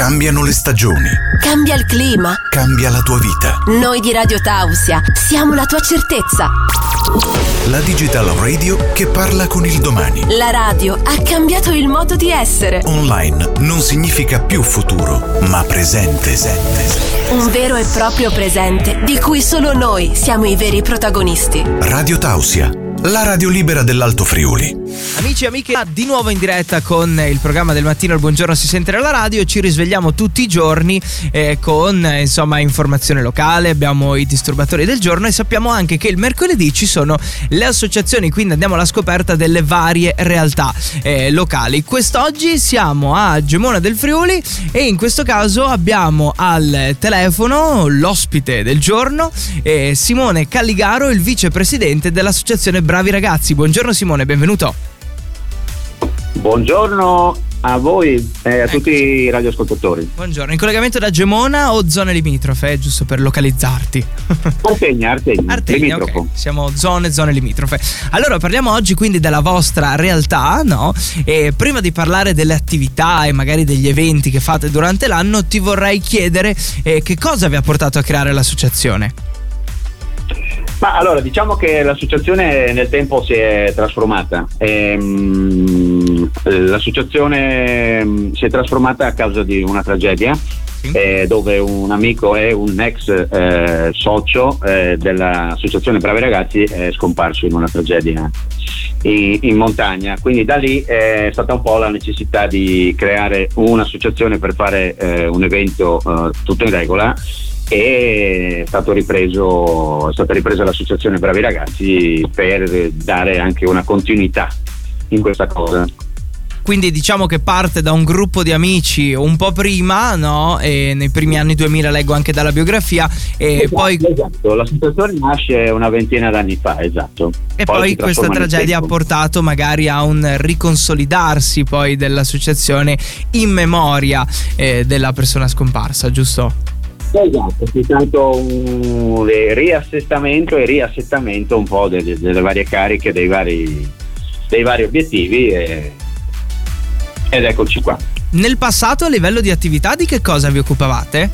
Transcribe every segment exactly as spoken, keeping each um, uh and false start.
Cambiano le stagioni. Cambia il clima. Cambia la tua vita. Noi di Radio Tausia siamo la tua certezza. La Digital Radio che parla con il domani. La radio ha cambiato il modo di essere. Online non significa più futuro, ma presente. Un vero e proprio presente di cui solo noi siamo i veri protagonisti. Radio Tausia, la radio libera dell'Alto Friuli. Amici e amiche, di nuovo in diretta con il programma del mattino Il Buongiorno si sente nella radio. Ci risvegliamo tutti i giorni eh, con eh, insomma informazione locale, abbiamo i disturbatori del giorno e sappiamo anche che il mercoledì ci sono le associazioni, quindi andiamo alla scoperta delle varie realtà eh, locali. Quest'oggi siamo a Gemona del Friuli e in questo caso abbiamo al telefono l'ospite del giorno, eh, Simone Calligaro, il vicepresidente dell'associazione Bravi Ragazzi. Buongiorno Simone, benvenuto. Buongiorno a voi e a tutti i radioascoltatori. Buongiorno, in collegamento da Gemona o zone limitrofe, giusto per localizzarti? Artegna, Artegna, Artegna, limitrofo. Okay. Siamo zone, zone limitrofe. Allora parliamo oggi quindi della vostra realtà, no? E prima di parlare delle attività e magari degli eventi che fate durante l'anno, ti vorrei chiedere eh, che cosa vi ha portato a creare l'associazione? Ma allora, diciamo che l'associazione nel tempo si è trasformata. Ehm, l'associazione si è trasformata a causa di una tragedia, sì. eh, dove un amico e un ex eh, socio eh, dell'associazione Bravi Ragazzi è scomparso in una tragedia in, in montagna. Quindi da lì è stata un po' la necessità di creare un'associazione per fare eh, un evento eh, tutto in regola. E è stato ripreso è stata ripresa l'associazione Bravi Ragazzi per dare anche una continuità in questa cosa. Quindi diciamo che parte da un gruppo di amici un po' prima, no? E nei primi anni duemila leggo anche dalla biografia e esatto, poi esatto, l'associazione nasce una ventina d'anni fa, esatto. E poi, poi questa tragedia ha portato magari a un riconsolidarsi poi dell'associazione in memoria eh, della persona scomparsa, giusto? Esatto, è stato un riassestamento e riassettamento un po' delle, delle varie cariche, dei vari, dei vari obiettivi e, ed eccoci qua. Nel passato a livello di attività di che cosa vi occupavate?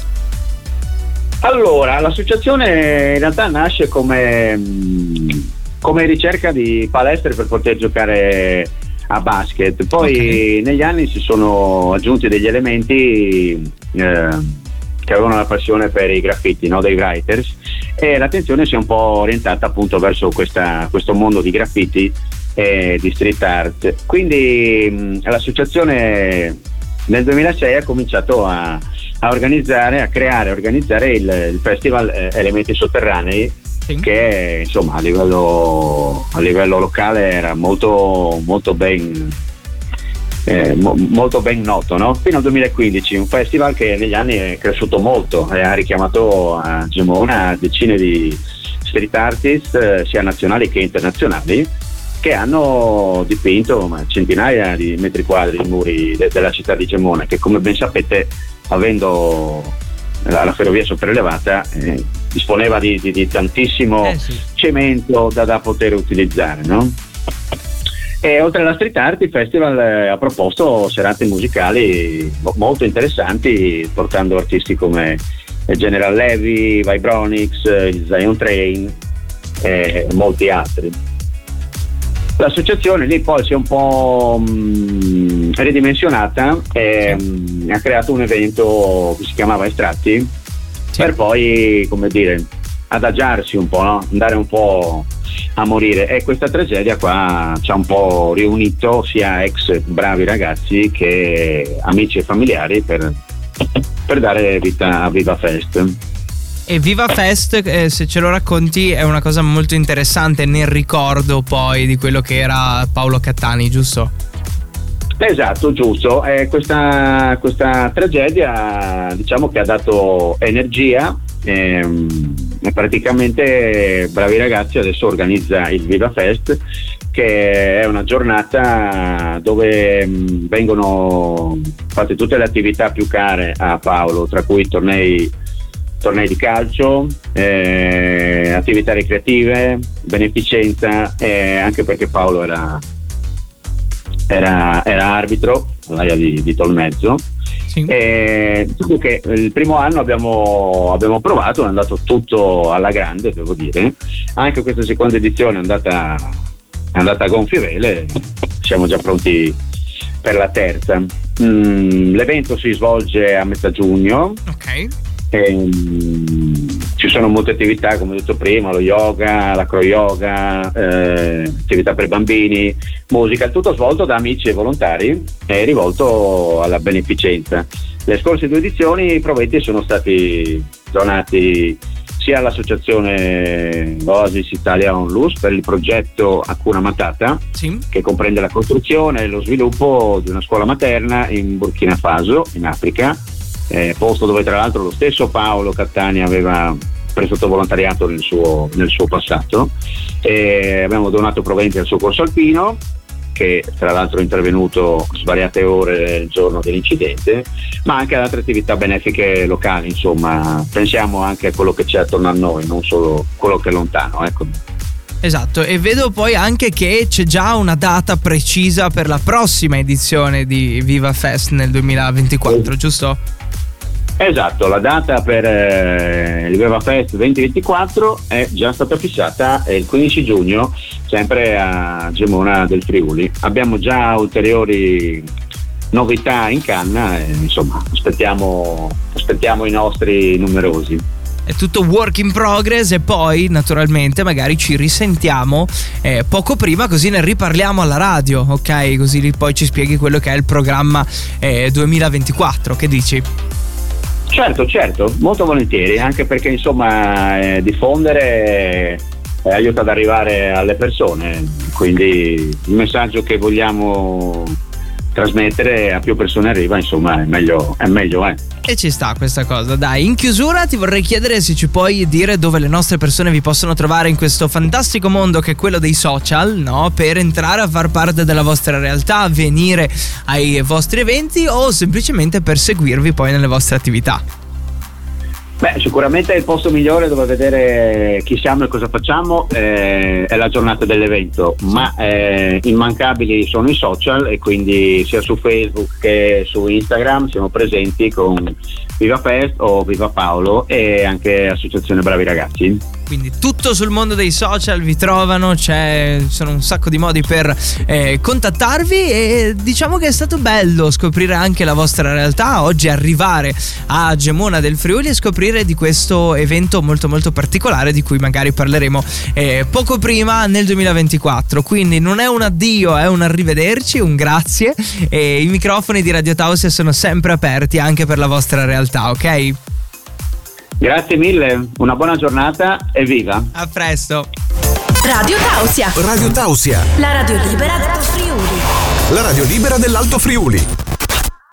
Allora, l'associazione in realtà nasce come, come ricerca di palestre per poter giocare a basket, poi okay. negli anni si sono aggiunti degli elementi eh, che avevano la passione per i graffiti, no? Dei writers, e l'attenzione si è un po' orientata appunto verso questa, questo mondo di graffiti e di street art. Quindi mh, l'associazione nel duemilasei ha cominciato a, a organizzare, a creare, a organizzare il, il festival eh, Elementi Sotterranei, sì. che insomma a livello, a livello locale era molto, molto ben Eh, mo- molto ben noto, no? Fino al duemilaquindici, un festival che negli anni è cresciuto molto e ha richiamato a Gemona decine di street artist eh, sia nazionali che internazionali che hanno dipinto ma, centinaia di metri quadri di muri de- della città di Gemona, che come ben sapete, avendo la, la ferrovia sopraelevata eh, disponeva di, di, di tantissimo eh sì. cemento da, da poter utilizzare, no? E oltre alla street art il festival eh, ha proposto serate musicali mo- molto interessanti, portando artisti come General Levy, Vibronics, il Zion Train e molti altri. L'associazione lì poi si è un po' mh, ridimensionata e mh, ha creato un evento che si chiamava Estratti, sì. per poi, come dire, adagiarsi un po', no? Andare un po' a morire, e questa tragedia qua ci ha un po' riunito sia ex Bravi Ragazzi che amici e familiari per, per dare vita a Viva Fest. E Viva Fest, eh, se ce lo racconti, è una cosa molto interessante nel ricordo poi di quello che era Paolo Cattani, giusto? Esatto, giusto. Eh, questa, questa tragedia diciamo che ha dato energia. Ehm, praticamente Bravi Ragazzi adesso organizza il Viva Fest, che è una giornata dove mh, vengono fatte tutte le attività più care a Paolo, tra cui tornei tornei di calcio, eh, attività ricreative, beneficenza, eh, anche perché Paolo era era, era arbitro all'Aia di, di Tolmezzo. Sì. E, diciamo che il primo anno abbiamo, abbiamo provato, è andato tutto alla grande, devo dire. Anche questa seconda edizione è andata, è andata a gonfie vele, siamo già pronti per la terza. Mm, l'evento si svolge a metà giugno. Ok. E, mm, ci sono molte attività, come ho detto prima, lo yoga, l'acro yoga, eh, attività per bambini, musica, tutto svolto da amici e volontari e rivolto alla beneficenza. Le scorse due edizioni i proventi sono stati donati sia all'associazione Oasis Italia Onlus per il progetto Hakuna Matata, sì, che comprende la costruzione e lo sviluppo di una scuola materna in Burkina Faso, in Africa, eh, posto dove tra l'altro lo stesso Paolo Cattaneo aveva prestato volontariato nel suo, nel suo passato. E abbiamo donato proventi al soccorso alpino, che tra l'altro è intervenuto svariate ore il giorno dell'incidente, ma anche ad altre attività benefiche locali. Insomma, pensiamo anche a quello che c'è attorno a noi, non solo quello che è lontano, ecco. Esatto, e vedo poi anche che c'è già una data precisa per la prossima edizione di Viva Fest nel duemilaventiquattro, giusto? Esatto, la data per eh, il Viva Fest duemilaventiquattro è già stata fissata, è il quindici giugno, sempre a Gemona del Friuli. Abbiamo già ulteriori novità in canna e, insomma, aspettiamo, aspettiamo i nostri numerosi. È tutto work in progress e poi naturalmente magari ci risentiamo eh, poco prima, così ne riparliamo alla radio, ok? Così poi ci spieghi quello che è il programma eh, duemilaventiquattro, che dici? Certo, certo, molto volentieri, anche perché insomma eh, diffondere eh, aiuta ad arrivare alle persone, quindi il messaggio che vogliamo trasmettere a più persone arriva, insomma è meglio, è meglio eh. E ci sta questa cosa. Dai, in chiusura ti vorrei chiedere se ci puoi dire dove le nostre persone vi possono trovare in questo fantastico mondo che è quello dei social, no? Per entrare a far parte della vostra realtà, venire ai vostri eventi o semplicemente per seguirvi poi nelle vostre attività. Beh, sicuramente il posto migliore dove vedere chi siamo e cosa facciamo eh, è la giornata dell'evento, ma eh, immancabili sono i social e quindi sia su Facebook che su Instagram siamo presenti con Viva Fest o Viva Paolo e anche Associazione Bravi Ragazzi. Quindi tutto sul mondo dei social vi trovano, c'è, ci sono un sacco di modi per eh, contattarvi e diciamo che è stato bello scoprire anche la vostra realtà, oggi arrivare a Gemona del Friuli e scoprire di questo evento molto molto particolare di cui magari parleremo eh, poco prima nel duemilaventiquattro. Quindi non è un addio, è un arrivederci, un grazie e i microfoni di Radio Tausia sono sempre aperti anche per la vostra realtà, ok? Grazie mille, una buona giornata e viva! A presto! Radio Tausia. Radio Tausia, La radio libera dello Friuli. la radio libera dell'Alto Friuli.